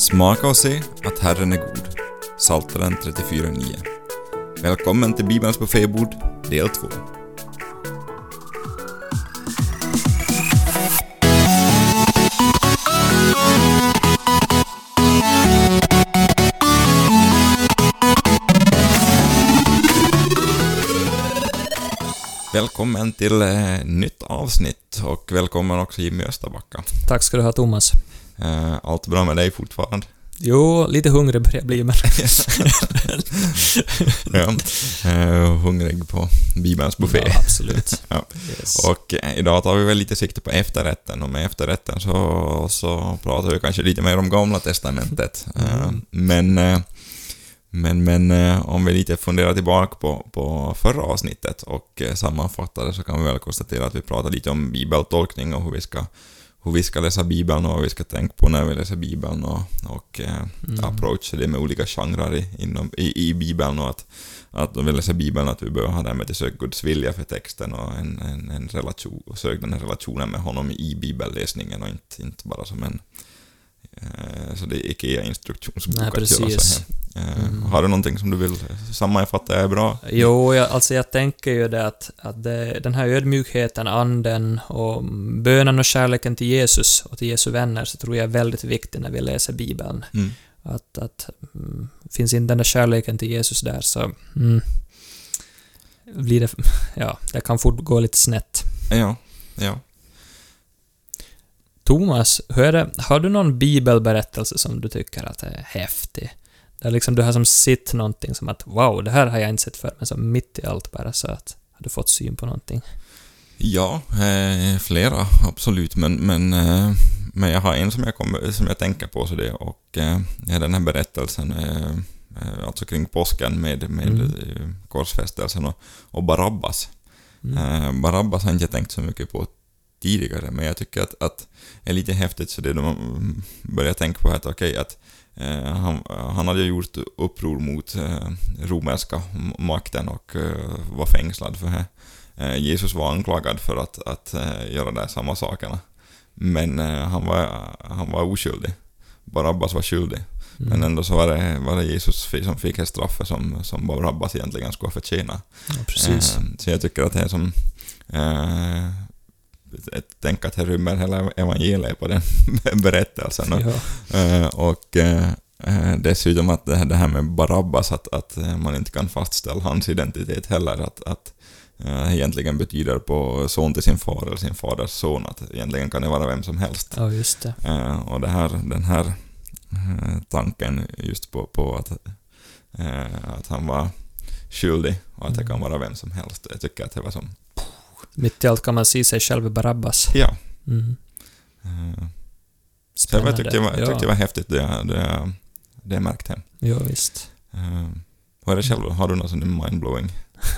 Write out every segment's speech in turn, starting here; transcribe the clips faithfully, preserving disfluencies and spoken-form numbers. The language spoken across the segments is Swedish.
Smaka och se att Herren är god. Psaltaren trettiofyra nio. Välkommen till Bibelns buffébord, del två. Välkommen till eh, nytt avsnitt och välkommen också Jimmy Österbacka. Tack ska du ha, Thomas. Eh, allt bra med dig fortfarande? Jo, lite hungrig börjar jag bli, men... ja, eh, hungrig på Bibelns buffé. Ja, absolut. ja. Yes. Och eh, idag tar vi väl lite sikte på efterrätten, och med efterrätten så, så pratar vi kanske lite mer om Gamla testamentet. Mm. Eh, men... Eh, Men, men eh, om vi lite funderar tillbaka på, på förra avsnittet och eh, sammanfattar det, så kan vi väl konstatera att vi pratar lite om bibeltolkning och hur vi ska, hur vi ska läsa Bibeln och vad vi ska tänka på när vi läser Bibeln och, och eh, mm. approacha det med olika genrer i, inom, i, i Bibeln, och att, att om vi läser Bibeln att vi behöver ha det med till sök Guds vilja för texten och en, en, en relation, och sök den här relationen med honom i bibelläsningen och inte, inte bara som en så det är IKEA-instruktionsbok. Nej, precis. Mm. Har du någonting som du vill sammanfatta är bra? Jo, jag, alltså jag tänker ju det att, att det, den här ödmjukheten, anden och bönen och kärleken till Jesus och till Jesu vänner, så tror jag är väldigt viktigt när vi läser Bibeln. Mm. Att, att mm, finns inte den där kärleken till Jesus där, så mm, blir det, ja, det kan fort gå lite snett. Ja, ja. Thomas, hur är det, har du någon bibelberättelse som du tycker att är häftig? Där liksom du har som sett någonting som att wow, det här har jag inte sett för, men så mitt i allt bara så att har du fått syn på någonting? Ja, eh, flera, absolut, men, men, eh, men jag har en som jag, kommer, som jag tänker på, så det, och eh, den här berättelsen eh, alltså kring påsken med, med mm. korsfästelsen och, och Barabbas. Mm. Eh, Barabbas har inte jag tänkt så mycket på tidigare, men jag tycker att, att är lite häftigt, så det då man börjar tänka på att okej, okay, att eh, han, han hade gjort uppror mot eh, romerska makten och eh, var fängslad för det. Eh, Jesus var anklagad för att, att eh, göra de samma sakerna, men eh, han, var, han var oskyldig. Barabbas var skyldig. Mm. Men ändå så var det, var det Jesus som fick ett straff som, som Barabbas egentligen skulle förtjäna. Ja, precis. Eh, så jag tycker att det är som eh, jag tänker att det rymmer hela evangeliet på den berättelsen. Och, ja. och äh, dessutom att det här med Barabbas, att, att man inte kan fastställa hans identitet heller, att, att äh, egentligen betyder på son till sin far eller sin faders son, att egentligen kan det vara vem som helst. Ja, just det. Äh, och det här, den här äh, tanken just på, på att, äh, att han var skyldig och att det kan vara vem som helst, jag tycker att det var som mitt i allt kan man se sig själv i Barabbas. Ja. Mm. Uh, så jag tyckte det var, jag tyckte det var häftigt, det, det, det jag märkt hem. Ja, visst. Uh, vad är det själv? Har du något som är mindblowing?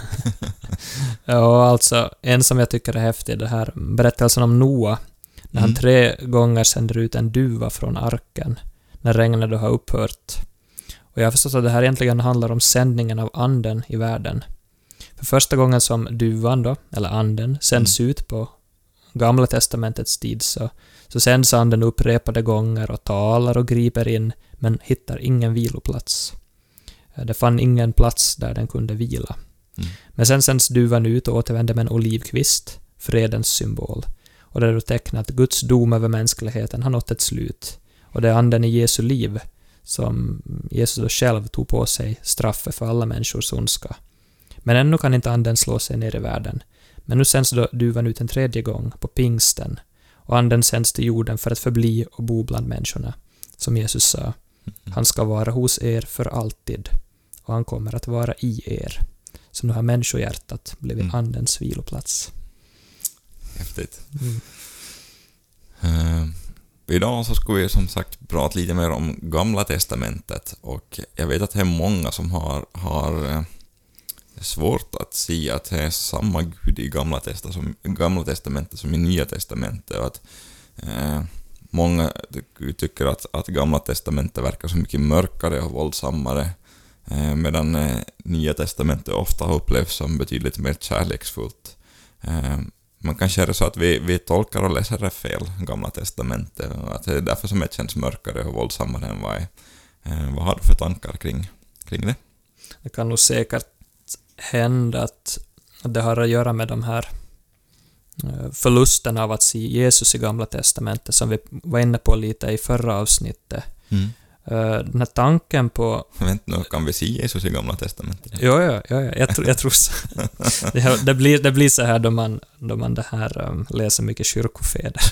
Ja, alltså en som jag tycker är häftig, det här berättelsen om Noa. När mm. han tre gånger sänder ut en duva från arken när regnet då har upphört. Och jag har förstått att det här egentligen handlar om sändningen av anden i världen. För första gången som duvan då, eller anden, sänds mm. ut på Gamla testamentets tid, så, så sänds anden upprepade gånger och talar och griper in, men hittar ingen viloplats. Det fann ingen plats där den kunde vila. Mm. Men sen sänds duvan ut och återvänder med en olivkvist, fredens symbol. Och det är då tecknat att Guds dom över mänskligheten har nått ett slut. Och det är anden i Jesu liv som Jesus då själv tog på sig straffet för alla människors ondska. Men ännu kan inte anden slå sig ner i världen. Men nu sänds då duvan ut en tredje gång på pingsten. Och anden sänds till jorden för att förbli och bo bland människorna. Som Jesus sa, han ska vara hos er för alltid. Och han kommer att vara i er. Så nu har människohjärtat blivit mm. andens viloplats. Häftigt. Mm. Uh, idag så ska vi som sagt prata lite mer om Gamla testamentet. Och jag vet att det är många som har... har uh, svårt att se att det är samma Gud i Gamla testamentet som, Gamla testamentet som i Nya testamentet, och att eh, många tycker att, att Gamla testamentet verkar så mycket mörkare och våldsammare, eh, medan eh, Nya testamentet ofta har upplevts som betydligt mer kärleksfullt. Eh, man kanske är det så att vi, vi tolkar och läser det fel, Gamla testamentet, och att det är därför som det känns mörkare och våldsammare än vad är. Eh, vad har du för tankar kring, kring det? Det kan nog säkert hända att det har att göra med de här förlusten av att se Jesus i Gamla testamentet, som vi var inne på lite i förra avsnittet. Mm. Den här tanken på... Vänta nu, kan vi se Jesus i Gamla testamentet? Ja, ja, ja, ja. Jag, tror, jag tror så. Det, det, blir, det blir så här då man, då man det här um, läser mycket kyrkofäder.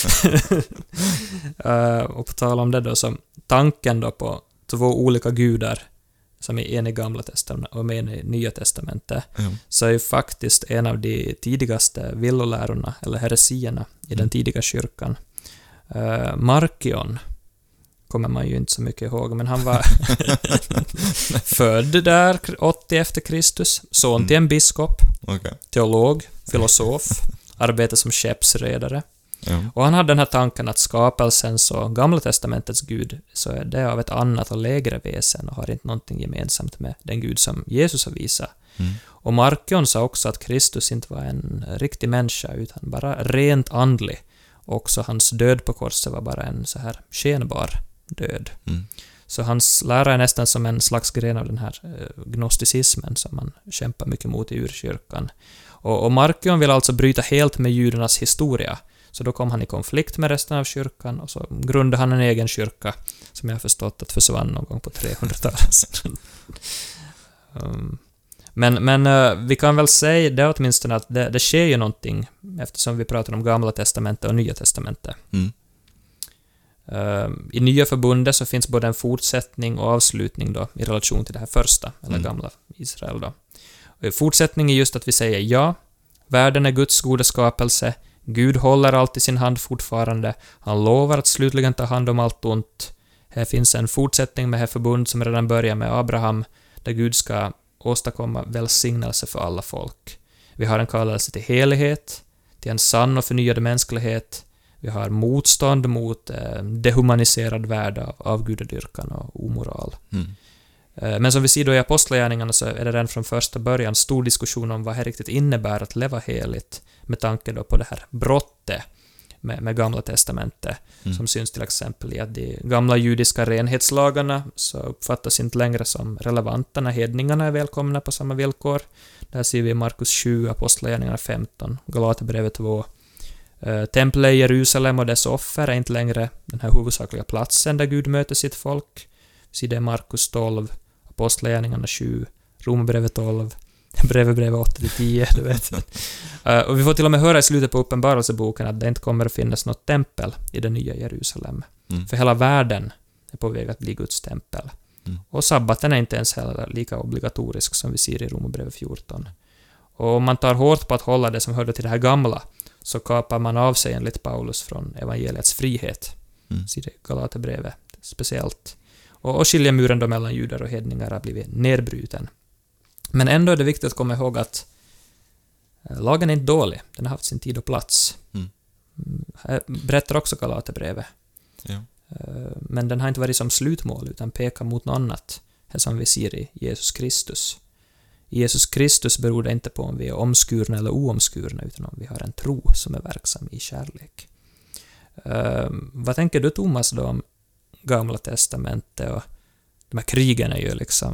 uh, och på tal om det då, så tanken då på två olika gudar som är en i Gamla testamentet och en i Nya testamentet, mm. så är ju faktiskt en av de tidigaste villolärorna, eller heresierna, i mm. den tidiga kyrkan. Uh, Markion kommer man ju inte så mycket ihåg, men han var född där åttio efter Kristus, son mm. till en biskop, okay. teolog, filosof, arbetade som skeppsredare. Ja. Och han hade den här tanken att skapelsens och Gamla testamentets Gud, så är det av ett annat och lägre väsen och har inte någonting gemensamt med den Gud som Jesus har visat. Mm. Och Markion sa också att Kristus inte var en riktig människa, utan bara rent andlig. Och också hans död på korset var bara en så här skenbar död. Mm. Så hans lära är nästan som en slags gren av den här gnosticismen som man kämpar mycket mot i urkyrkan. Och, och Markion vill alltså bryta helt med judarnas historia. Så då kom han i konflikt med resten av kyrkan och så grundade han en egen kyrka som jag har förstått att försvann någon gång på trehundratalet. um, men men uh, vi kan väl säga det åtminstone att det, det sker ju någonting eftersom vi pratar om Gamla testamentet och Nya testamentet. Mm. Uh, I Nya förbundet så finns både en fortsättning och avslutning då i relation till det här första, eller mm. Gamla Israel då. Och fortsättning är just att vi säger ja, världen är Guds goda skapelse, Gud håller alltid sin hand fortfarande, han lovar att slutligen ta hand om allt ont. Här finns en fortsättning med det här förbund som redan börjar med Abraham, där Gud ska åstadkomma välsignelse för alla folk. Vi har en kallelse till helighet, till en sann och förnyad mänsklighet. Vi har motstånd mot eh, dehumaniserad värld av, av gudadyrkan och omoral. Mm. Eh, men som vi ser då i apostlagärningarna så är det redan från första början stor diskussion om vad det riktigt innebär att leva heligt, med tanke då på det här brottet med, med Gamla testamentet, mm. som syns till exempel i att de gamla judiska renhetslagarna så uppfattas inte längre som relevanta när hedningarna är välkomna på samma villkor. Där ser vi Markus sju, apostlagärningarna femton, Galaterbrevet två. Uh, templet i Jerusalem och dess offer är inte längre den här huvudsakliga platsen där Gud möter sitt folk. Vi ser det i Markus tolv, apostlagärningarna sju, Romarbrevet tolv, brevet åtta till tio, du vet. uh, och vi får till och med höra i slutet på Uppenbarelseboken att det inte kommer att finnas något tempel i det nya Jerusalem. Mm. För hela världen är på väg att bli Guds tempel. Mm. Och sabbaten är inte ens heller lika obligatorisk som vi ser i Romarbrevet fjorton. Och om man tar hårt på att hålla det som hörde till det här gamla, så kapar man av sig enligt Paulus från evangeliets frihet. Mm. Så det Galaterbrevet speciellt. Och, och skiljemuren då mellan judar och hedningar har blivit nedbruten. Men ändå är det viktigt att komma ihåg att lagen är inte dålig. Den har haft sin tid och plats. Mm. Här berättar också Galaterbrevet. Ja. Men den har inte varit som slutmål utan pekar mot något annat. Det som vi ser i Jesus Kristus. I Jesus Kristus beror det inte på om vi är omskurna eller oomskurna, utan om vi har en tro som är verksam i kärlek. Uh, vad tänker du, Thomas, då om Gamla testamentet? Och de här krigen är ju liksom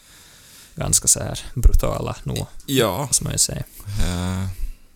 ganska så här brutala nog. Ja. Som man ju säger. Uh,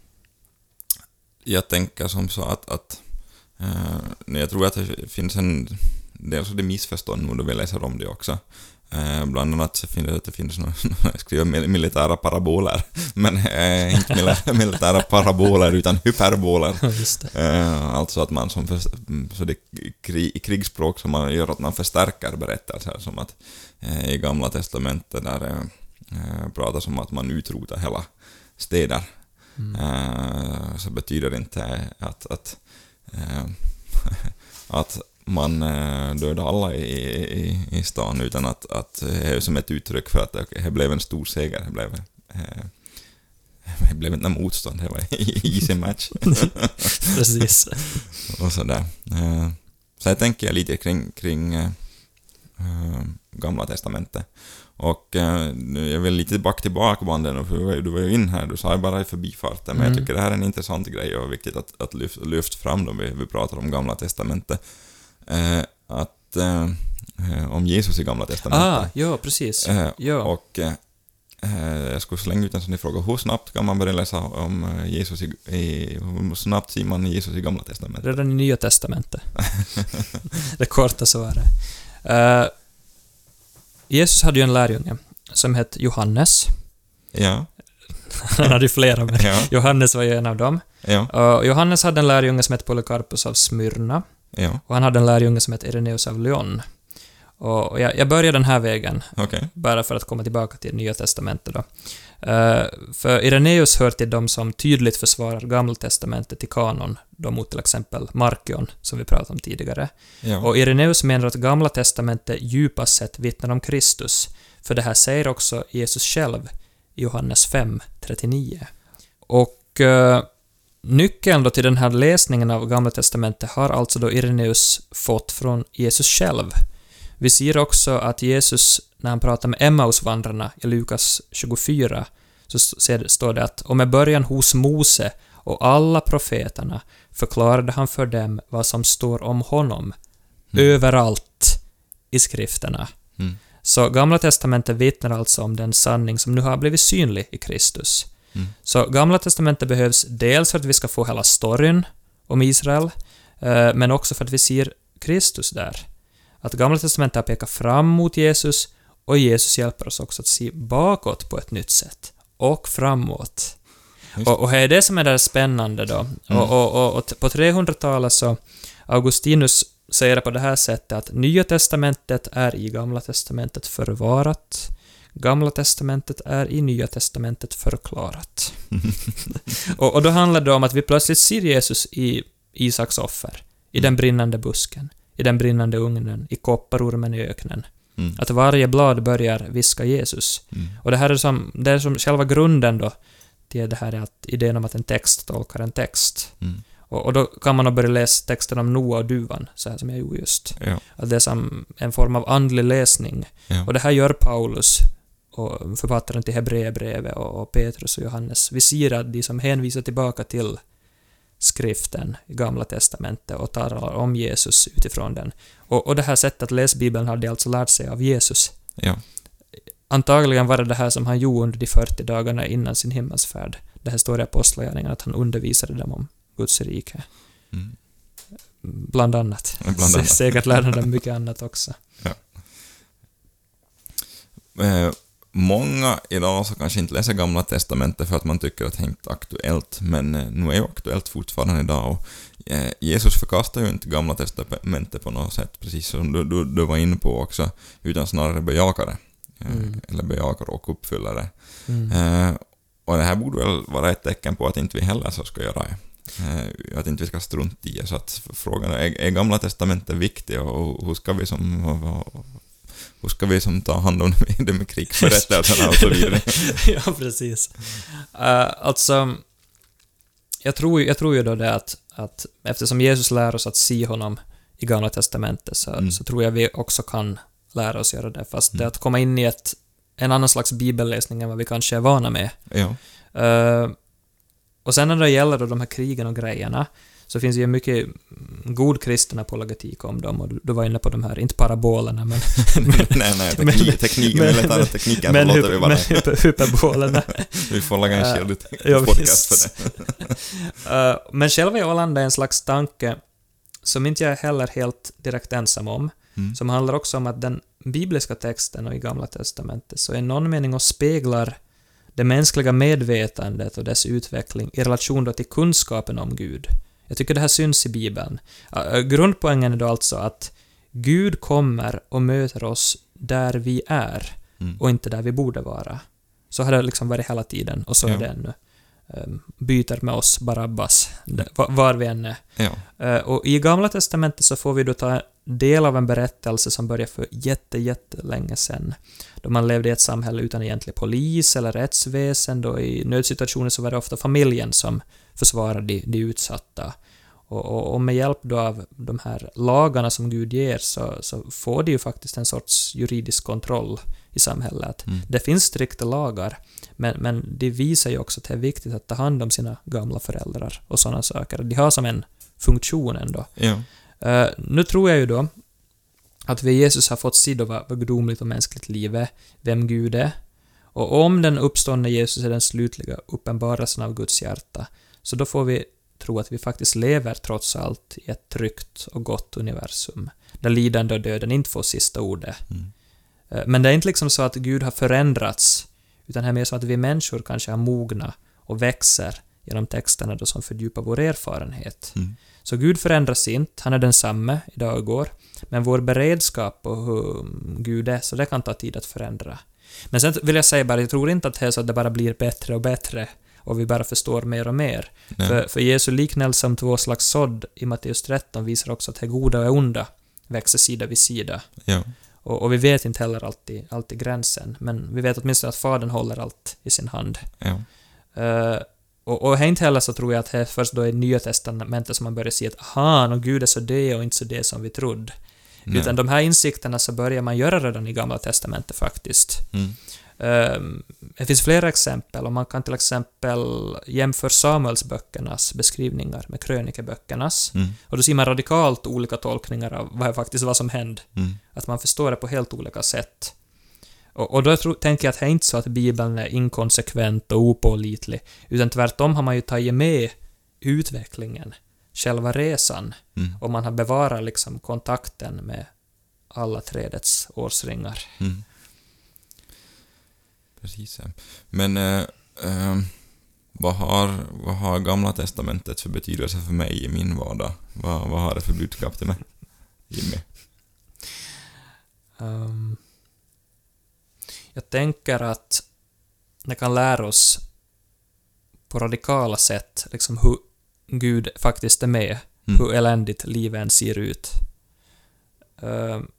jag tänker som så att, att uh, jag tror att det finns en del så det missförstånd nu då vi läser om det också. Eh, bland annat så finns det att det finns några, jag skulle göra militära paraboler, men eh, inte mil- militära paraboler utan hyperboler. Eh, alltså att man som för, så det krig, krigsspråk som man gör att man förstärker berättelser, som att eh, i Gamla testamentet där eh, pratas om att man utrotar hela städer. Mm. Eh, så betyder det inte att att eh, att man dödade alla i, i, i stan, utan att, att det är som ett uttryck för att det, det blev en stor seger. Det blev, det blev inte någon motstånd, det var easy match. Precis. Och sådär. Så jag tänker lite kring, kring äh, Gamla testamentet. Och eh, jag vill lite back tillbaka banden, för du var ju in här, du sa ju bara i förbifarten, men Mm. jag tycker det här är en intressant grej och viktigt att, att lyft, lyft fram då vi, vi pratar om Gamla Testamentet. Eh, att eh, om Jesus i Gamla Testamentet. Ah, ja, precis. Eh, Ja. Och eh, jag skulle slänga ut en sån fråga. Hur snabbt kan man börja läsa om Jesus i, i hur snabbt ser man Jesus i Gamla Testamentet? Redan i Nya Testamentet. Det korta svaret. Uh, Jesus hade ju en lärjunge som hette Johannes. Ja. Han hade ju flera, men Ja. Johannes var ju en av dem. Ja. Uh, Johannes hade en lärjunge som hette Polycarpus av Smyrna. Ja. Och han hade en lärjunge som hette Ireneus av Lyon. Och jag, jag börjar den här vägen, Okej. bara för att komma tillbaka till Nya Testamentet då. Uh, för Ireneus hör till de som tydligt försvarar Gamla Testamentet i kanon, då mot till exempel Markion, som vi pratade om tidigare. Ja. Och Ireneus menar att Gamla Testamentet djupast sett vittnar om Kristus, för det här säger också Jesus själv i Johannes fem trettionio. Och uh, nyckeln då till den här läsningen av Gamla Testamentet har alltså då Ireneus fått från Jesus själv. Vi ser också att Jesus, när han pratar med Emmausvandrarna i Lukas tjugofyra, så står det att och med början hos Mose och alla profeterna förklarade han för dem vad som står om honom Mm. överallt i skrifterna. Mm. Så Gamla Testamentet vittnar alltså om den sanning som nu har blivit synlig i Kristus. Mm. Så Gamla Testamentet behövs dels för att vi ska få hela storyn om Israel, eh, men också för att vi ser Kristus där. Att Gamla Testamentet har pekat fram mot Jesus, och Jesus hjälper oss också att se bakåt på ett nytt sätt. Och framåt. Just. Och, och det är det som är det spännande då. Mm. Och, och, och, och t- på trehundratalet så Augustinus säger det på det här sättet att Nya Testamentet är i Gamla Testamentet förvarat. Gamla Testamentet är i Nya Testamentet förklarat. och, och då handlar det om att vi plötsligt ser Jesus i Isaks offer, i den brinnande busken, i den brinnande ugnen, i kopparormen i öknen. Mm. Att varje blad börjar viska Jesus. Mm. Och det här är som, det är som själva grunden då till det här är att idén om att en text tolkar en text. Mm. Och, och då kan man då börja läsa texten om Noa och duvan, så här som jag gjorde just. Ja. Att det är som en form av andlig läsning. Ja. Och det här gör Paulus, och författaren till Hebreerbrevet och, och Petrus och Johannes. Vi ser att de som hänvisar tillbaka till skriften i Gamla Testamentet och talar om Jesus utifrån den. Och, och det här sättet att läsa Bibeln hade de alltså lärt sig av Jesus. Ja. Antagligen var det det här som han gjorde under de fyrtio dagarna innan sin himmelsfärd. Det här står i Apostlagärningarna att han undervisade dem om Guds rike. Mm. Bland annat. Bland annat. S- Säkert lärde dem mycket annat också. Eh, många idag så kanske inte läser Gamla Testamentet för att man tycker att det är inte aktuellt, men eh, nu är ju aktuellt fortfarande idag, och eh, Jesus förkastar ju inte Gamla Testamentet på något sätt, precis som du, du, du var inne på också, utan snarare bejakar det. Eh, Mm. Eller bejakar och uppfyller det. Mm. Eh, och det här borde väl vara ett tecken på att inte vi heller så ska göra det. Eh, att inte vi ska strunta i. Så att frågan är, är Gamla Testamentet viktigt, och hur ska vi som hur ska vi som ta hand om det med krigsberättelserna och så vidare. Ja, precis. Uh, alltså, jag tror, jag tror ju då det att, att eftersom Jesus lär oss att se honom i Gamla Testamentet, så, Mm. så tror jag vi också kan lära oss göra det. Fast Mm. det att komma in i ett, en annan slags bibelläsning än vad vi kanske är vana med. Ja. Uh, och sen när det gäller då de här krigen och grejerna, så finns det ju mycket god kristen apologetik om dem, och du, du var inne på de här, inte parabolerna, men... nej, nej, teknik, men- tekniken, men- eller talat tekniken, men så låter vi hyper- bara. men hyper- hyperbolerna. Vi får lägga en Uh, skild ja, podcast visst. för det. Uh, men själva jag landar i en slags tanke som inte jag är heller helt direkt ensam om, Mm. som handlar också om att den bibliska texten och i Gamla Testamentet så är någon mening och speglar det mänskliga medvetandet och dess utveckling i relation då till kunskapen om Gud. Jag tycker det här syns i Bibeln. Uh, grundpoängen är då alltså att Gud kommer och möter oss där vi är Mm. och inte där vi borde vara. Så har det liksom varit hela tiden, och så Ja. är det ännu. Um, byter med oss Barabbas, där- var, var vi än är. Ja. Uh, och i Gamla Testamentet så får vi då ta del av en berättelse som börjar för jätte, jättelänge sedan. Då man levde i ett samhälle utan egentlig polis eller rättsväsen, då i nödsituationer så var det ofta familjen som försvarade de, de utsatta. Och, och, och med hjälp då av de här lagarna som Gud ger så, så får de ju faktiskt en sorts juridisk kontroll i samhället. Mm. Det finns strikta lagar, men, men det visar ju också att det är viktigt att ta hand om sina gamla föräldrar och sådana saker. De har som en funktion ändå. Ja. Uh, nu tror jag ju då att vi Jesus har fått se då vad, vad gudomligt och mänskligt liv är, vem Gud är. Och om den uppståndne Jesus är den slutliga uppenbarelsen av Guds hjärta, så då får vi tro att vi faktiskt lever trots allt i ett tryggt och gott universum, där lidande och döden inte får sista ordet. Mm. Men det är inte liksom så att Gud har förändrats, utan det är mer så att vi människor kanske har mogna och växer genom texterna då som fördjupar vår erfarenhet. Mm. Så Gud förändras inte, han är densamme idag och igår, men vår beredskap och hur Gud är, så det kan ta tid att förändra. Men sen vill jag säga bara, jag tror inte att det är så att det bara blir bättre och bättre och vi bara förstår mer och mer. För, för Jesu liknelse om två slags sådd i Matteus tretton visar också att det goda och onda växer sida vid sida. Ja. Och, och vi vet inte heller alltid, alltid gränsen, men vi vet åtminstone att Fadern håller allt i sin hand. Ja. Uh, och, och inte heller så tror jag att det är först då i Nya testamentet som man börjar se att aha, och Gud är så det och inte så det som vi trodde. Nej. Utan de här insikterna så börjar man göra redan i Gamla testamentet faktiskt. Mm. Um, det finns flera exempel, och man kan till exempel jämföra Samuelsböckernas beskrivningar med krönikeböckernas. Mm. Och då ser man radikalt olika tolkningar av vad faktiskt vad som hände. Mm. Att man förstår det på helt olika sätt. Och, och då tror, tänker jag att det är inte så att Bibeln är inkonsekvent och opålitlig, utan tvärtom har man ju tagit med utvecklingen, själva resan, mm. och man har bevarat liksom kontakten med alla trädets årsringar. Mm. Precis. Men äh, äh, vad, har, vad har Gamla testamentet för betydelse för mig i min vardag? Vad, vad har det för budskap till mig, Jimmy? Um, jag tänker att det kan lära oss på radikala sätt liksom hur Gud faktiskt är med, mm. hur eländigt livet ser ut. Um,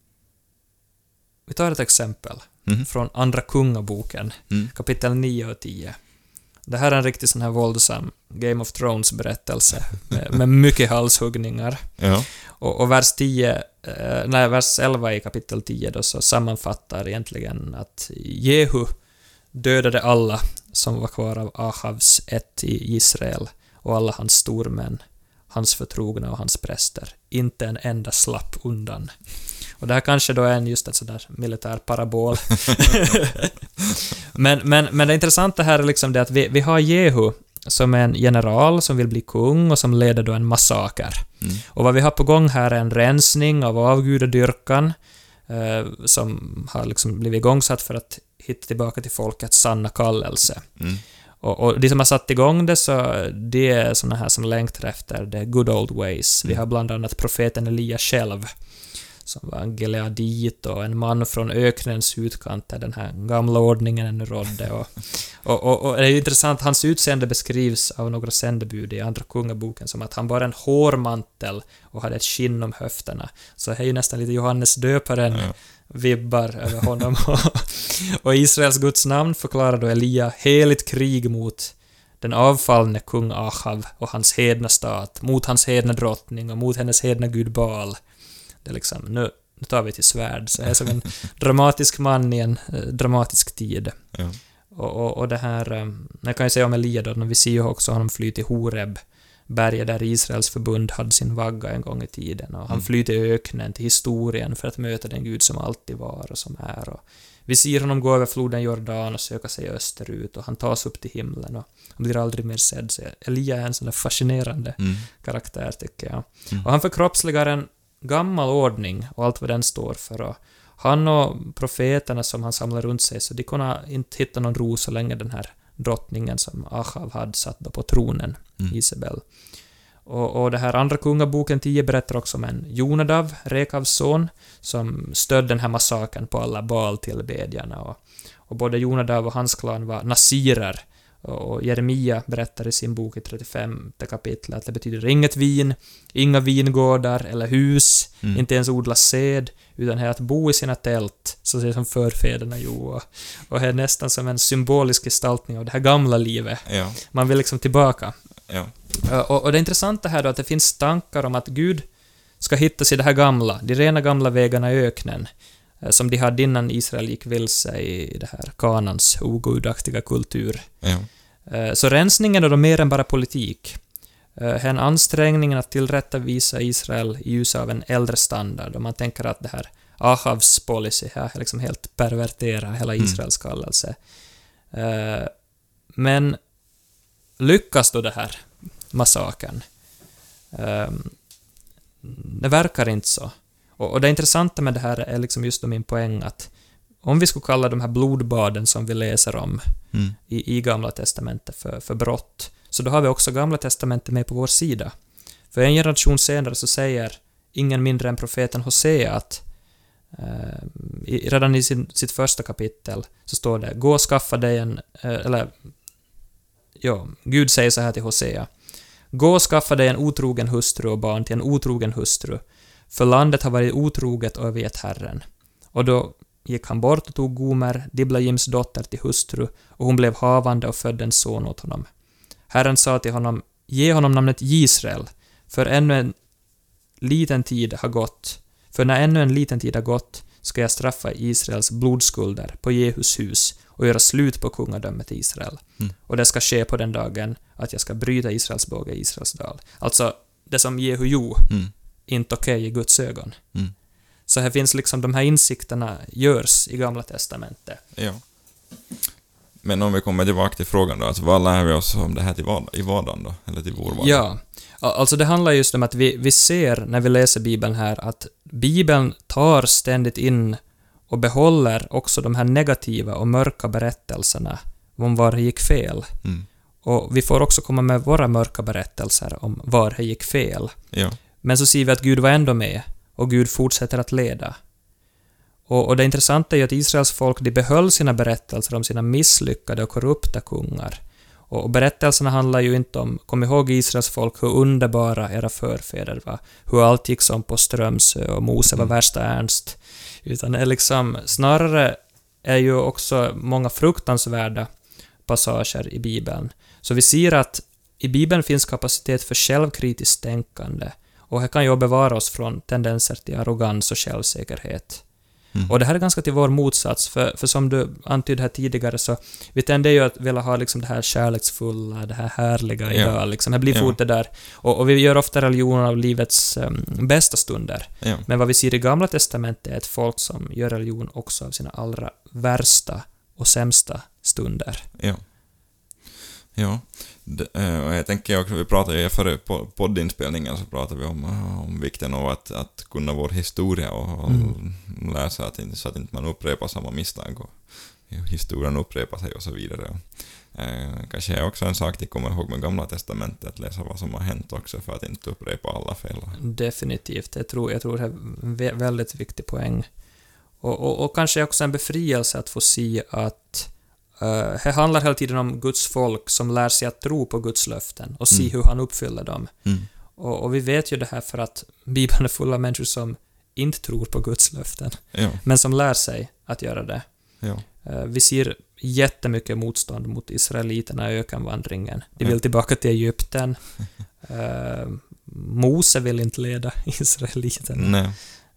vi tar ett exempel. Mm. Från Andra kungaboken, mm. kapitel nio och tio. Det här är en riktigt sån här våldsam Game of Thrones-berättelse med, med mycket halshuggningar. Ja. Och, och vers tio, eh, nej, vers elva i kapitel tio då, så sammanfattar egentligen att Jehu dödade alla som var kvar av Ahavs ett i Israel och alla hans stormän, hans förtrogna och hans präster. Inte en enda slapp undan. Och det här kanske då är en just en sån där militär parabol. men, men, men det intressanta här är liksom det att vi, vi har Jehu som är en general som vill bli kung och som leder då en massaker. Mm. Och vad vi har på gång här är en rensning av avgudadyrkan eh, som har liksom blivit igångsatt för att hitta tillbaka till folkets sanna kallelse. Mm. Och, och de som har satt igång det, så det är såna här som längtar efter the good old ways. Mm. Vi har bland annat profeten Elia själv, som var en gileadit och en man från öknens utkant där den här gamla ordningen ännu rådde. Och, och, och, och det är ju intressant, hans utseende beskrivs av några sändebud i Andra kungaboken som att han bar en hårmantel och hade ett skinn om höfterna. Så det är ju nästan lite Johannes döparen ja. vibbar över honom. Och Israels Guds namn förklarar då Elia heligt krig mot den avfallne kung Ahav och hans hedna stat, mot hans hedna drottning och mot hennes hedna gud Baal. Det är liksom, nu, nu tar vi till svärd. Så det är som en dramatisk man i en eh, dramatisk tid. Ja. Och, och, och det här, eh, jag kan ju säga om Elia då, när vi ser ju också honom fly till Horeb, berget där Israels förbund hade sin vagga en gång i tiden. Och han mm. flyr till öknen, till historien, för att möta den Gud som alltid var och som är. Och vi ser honom gå över floden Jordan och söka sig österut, och han tas upp till himlen och han blir aldrig mer sedd. Så Elia är en sån där fascinerande mm. karaktär, tycker jag. Mm. Och han förkroppsligar en gammal ordning och allt vad den står för. Och han och profeterna som han samlar runt sig, så de kunde inte hitta någon ro så länge den här drottningen som Ahav hade satt på tronen, mm. Isabel. Och, och det här Andra kungaboken tio berättar också om en Jonadav, Rekavs son, som stödde den här massakern på alla Baal-tillbedjarna. Och, och både Jonadav och hans klan var nasirer. Och Jeremia berättar i sin bok i trettiofemte kapitlet att det betyder inget vin, inga vingårdar eller hus, mm. inte ens odla sed, utan är att bo i sina tält, så det som förfäderna gjorde. Och det är nästan som en symbolisk gestaltning av det här gamla livet. Ja. Man vill liksom tillbaka. Ja. Och, och det intressanta här då att det finns tankar om att Gud ska hittas i det här gamla, de rena gamla vägarna i öknen, som de hade innan Israel gick vilse i det här Kanans ogudaktiga kultur. Ja. Så rensningen är då mer än bara politik. En ansträngning att tillrättavisa Israel i ljus av en äldre standard. Och man tänker att det här Ahavs policy här liksom helt perverterar hela Israels kallelse. Mm. Men lyckas då det här massakern? Det verkar inte så. Och det intressanta med det här är liksom just min poäng att om vi skulle kalla de här blodbaden som vi läser om mm. i, i Gamla testamentet för, för brott, så då har vi också Gamla testamentet med på vår sida. För en generation senare så säger ingen mindre än profeten Hosea att eh, i, redan i sin, sitt första kapitel så står det: gå och skaffa dig en, eh, eller ja, Gud säger så här till Hosea: gå och skaffa dig en otrogen hustru och barn till en otrogen hustru, för landet har varit otroget och övergett Herren. Och då gick han bort och tog Gomer, Diblajims dotter, till hustru, och hon blev havande och födde en son åt honom. Herren sa till honom: ge honom namnet Israel, för ännu en liten tid har gått. För när ännu en liten tid har gått ska jag straffa Israels blodskulder på Jehus hus och göra slut på kungadömet i Israel. Mm. Och det ska ske på den dagen att jag ska bryta Israels båge i Israels dal. Alltså, det som Jehu gjorde, mm. inte okej okay i Guds ögon. Mm. Så här finns liksom de här insikterna görs i Gamla testamentet. Ja. Men om vi kommer tillbaka till frågan då, alltså vad lär vi oss om det här till vardag, i vardagen då? Eller till vår vardag? Ja, alltså det handlar just om att vi, vi ser när vi läser Bibeln här att Bibeln tar ständigt in och behåller också de här negativa och mörka berättelserna om var det gick fel. Mm. Och vi får också komma med våra mörka berättelser om var det gick fel. Ja. Men så ser vi att Gud var ändå med och Gud fortsätter att leda. Och, och det intressanta är ju att Israels folk, de behöll sina berättelser om sina misslyckade och korrupta kungar. Och, och berättelserna handlar ju inte om, kom ihåg Israels folk, hur underbara era förfäder var, hur allt gick som på Strömsö och Mose var mm. värsta ernst. Utan det är liksom, snarare är ju också många fruktansvärda passager i Bibeln. Så vi ser att i Bibeln finns kapacitet för självkritiskt tänkande. Och här kan ju bevara oss från tendenser till arrogans och självsäkerhet. Mm. Och det här är ganska till vår motsats, för, för som du antydde här tidigare så vi tenderar ju att vilja ha liksom det här kärleksfulla, det här härliga ja. idag. Liksom. Det blir ja. fort det där. Och, och vi gör ofta religion av livets um, bästa stunder. Ja. Men vad vi ser i Gamla testamentet är ett folk som gör religion också av sina allra värsta och sämsta stunder. Ja. Ja, det, och jag tänker också, vi pratade ju före poddinspelningen så pratade vi om, om vikten av att, att kunna vår historia och, och mm. lära sig att, så att inte man upprepar samma misstag och historien upprepar sig och så vidare. Eh, kanske är också en sak att komma ihåg med Gamla testamentet, att läsa vad som har hänt också för att inte upprepa alla fel. Definitivt, jag tror, jag tror det är en väldigt viktig poäng. Och, och, och kanske också en befrielse att få se att Uh, det handlar hela tiden om Guds folk som lär sig att tro på Guds löften och se mm. hur han uppfyller dem. Mm. Och, och vi vet ju det här för att Bibeln är full av människor som inte tror på Guds löften, ja. men som lär sig att göra det. Ja. Uh, vi ser jättemycket motstånd mot israeliterna i ökenvandringen. De vill ja. tillbaka till Egypten. uh, Mose vill inte leda israeliterna.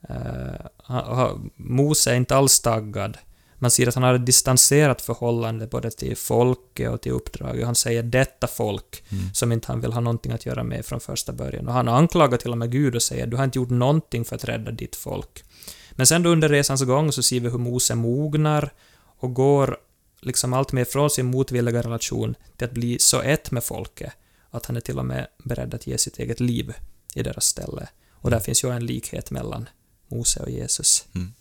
Uh, Mose är inte alls taggad. Man ser att han har ett distanserat förhållande både till folket och till uppdraget. Han säger detta folk mm. som inte han vill ha någonting att göra med från första början. Och han anklagar till och med Gud och säger du har inte gjort någonting för att rädda ditt folk. Men sen då under resans gång så ser vi hur Mose mognar och går liksom allt mer från sin motvilliga relation till att bli så ett med folket att han är till och med beredd att ge sitt eget liv i deras ställe. Och mm. där finns ju en likhet mellan Mose och Jesus. Mm.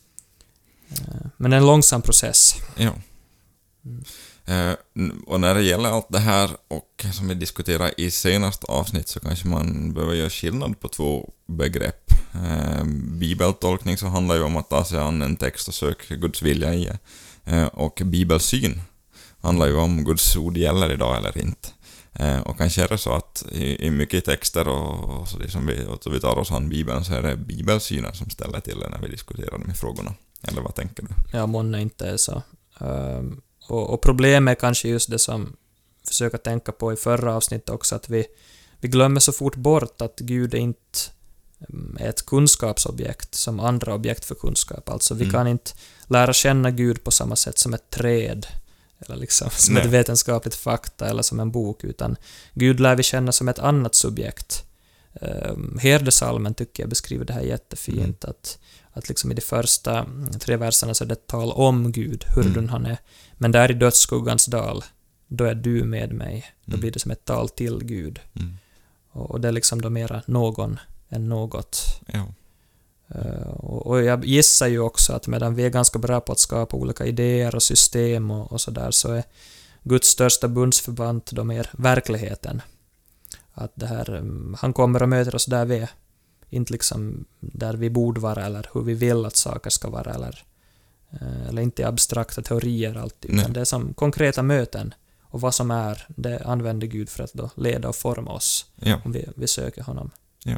Men en långsam process. Ja. Mm. Eh, och när det gäller allt det här och som vi diskuterar i senaste avsnitt så kanske man behöver göra skillnad på två begrepp. Eh, bibeltolkning så handlar ju om att ta sig an en text och söka Guds vilja i. Eh, och bibelsyn handlar ju om Guds ord gäller idag eller inte. Eh, och kanske är det så att i, i mycket texter och, och så det som vi, och så vi tar oss an Bibeln så är det bibelsynen som ställer till det när vi diskuterar de här frågorna. Eller vad tänker du? Ja, månne inte är så. Um, och, och problemet är kanske just det som vi försöker tänka på i förra avsnittet också, att vi, vi glömmer så fort bort att Gud är inte är ett kunskapsobjekt som andra objekt för kunskap. Alltså vi mm. kan inte lära känna Gud på samma sätt som ett träd eller liksom som Nej. ett vetenskapligt fakta eller som en bok, utan Gud lär vi känna som ett annat subjekt. Um, Herdesalmen tycker jag beskriver det här jättefint, mm. att, att liksom i de första tre verserna så är det ett tal om Gud, hurdan mm. han är, men där i dödsskuggans dal, då är du med mig, då mm. blir det som ett tal till Gud. Mm. Och, och det är liksom då mera någon än något. Ja. Uh, och, och jag gissar ju också att medan vi är ganska bra på att skapa olika idéer och system och, och sådär, så är Guds största bundsförband då mer verkligheten. Att det här, um, han kommer och möter oss där vi är. Inte liksom där vi borde vara eller hur vi vill att saker ska vara eller, uh, eller inte abstrakta teorier alltid, utan det är som konkreta möten. Och vad som är, det använder Gud för att då leda och forma oss ja. om vi, vi söker honom. Ja.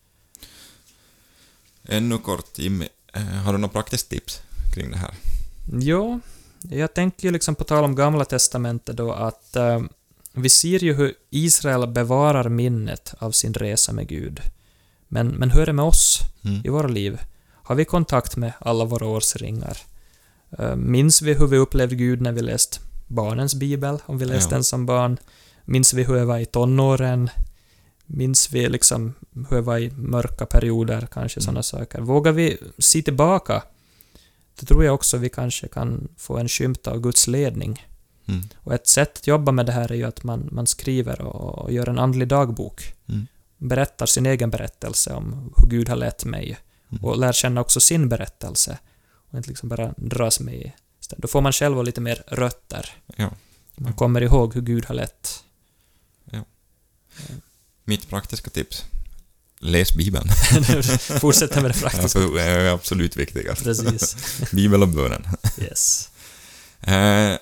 Ännu kort, Jimmy, har du något praktiskt tips kring det här? Jo, jag tänker ju liksom på tal om Gamla testamentet då att uh, vi ser ju hur Israel bevarar minnet av sin resa med Gud. Men, men hur är det med oss mm. i våra liv? Har vi kontakt med alla våra årsringar? Uh, minns vi hur vi upplevde Gud när vi läste barnens bibel, om vi läste ja. den som barn? Minns vi hur jag var i tonåren? Minns vi liksom hur jag var i mörka perioder, kanske mm. sådana saker. Vågar vi se tillbaka, då tror jag också vi kanske kan få en skymt av Guds ledning. Mm. Och ett sätt att jobba med det här är ju att man, man skriver och, och gör en andlig dagbok. Mm. Berättar sin egen berättelse om hur Gud har lett mig. Mm. Och lär känna också sin berättelse. Och inte liksom bara dras med. Då får man själv lite mer rötter. Ja. Man kommer ihåg hur Gud har lett. Ja. Ja. Mitt praktiska tips. Läs Bibeln. Fortsätta med det praktiska. Det är absolut viktigast. Precis. Bibel och bönen. Yes. Eh,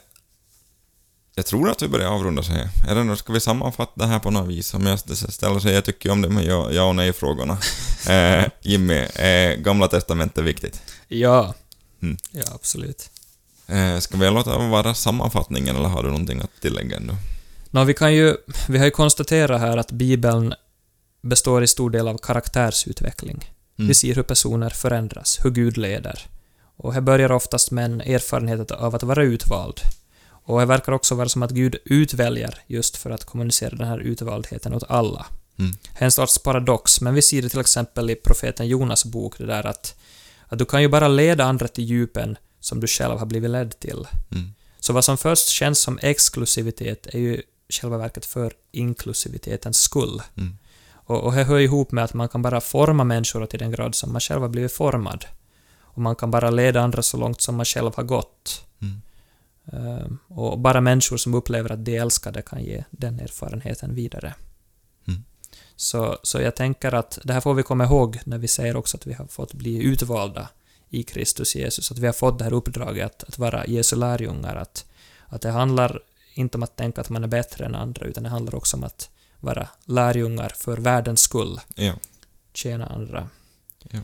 jag tror att vi börjar avrunda sig. Är det, ska vi sammanfatta det här på något vis? Om jag ställer sig, jag tycker om det med ja, ja och nej-frågorna. Eh, Jimmy, är Gamla testamentet viktigt? Ja. Mm. Ja, absolut. Eh, ska vi låta vara sammanfattningen eller har du någonting att tillägga ändå? Nå, vi kan ju, vi har ju konstaterat här att Bibeln består i stor del av karaktärsutveckling. Mm. Vi ser hur personer förändras, hur Gud leder. Och det börjar oftast med en erfarenhet av att vara utvald. Och det verkar också vara som att Gud utväljer just för att kommunicera den här utvaldheten åt alla. Mm. Det är en sorts paradox, men vi ser det till exempel i profeten Jonas bok, det där att, att du kan ju bara leda andra till djupen som du själv har blivit ledd till. Mm. Så vad som först känns som exklusivitet är ju själva verket för inklusivitetens skull. Mm. Och, och det hör ihop med att man kan bara forma människor till den grad som man själv har blivit formad. Och man kan bara leda andra så långt som man själv har gått. Mm. Uh, och bara människor som upplever att de älskade kan ge den erfarenheten vidare. Mm. Så, så jag tänker att det här får vi komma ihåg när vi säger också att vi har fått bli utvalda i Kristus Jesus. Att vi har fått det här uppdraget att, att vara Jesu lärjungar. Att, att det handlar inte om att tänka att man är bättre än andra, utan det handlar också om att vara lärjungar för världens skull. Ja. Tjäna andra. Ja.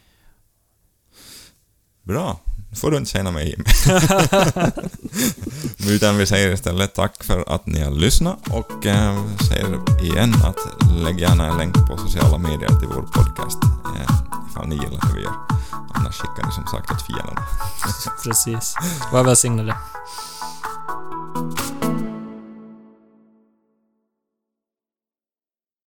Bra. Nu får du inte tjäna mig. Utan vi säger istället tack för att ni har lyssnat och eh, säger igen att lägg gärna en länk på sociala medier till vår podcast eh, ifall ni gillar hur vi gör. Annars skickar ni som sagt åt fienden. Precis. Var välsignade.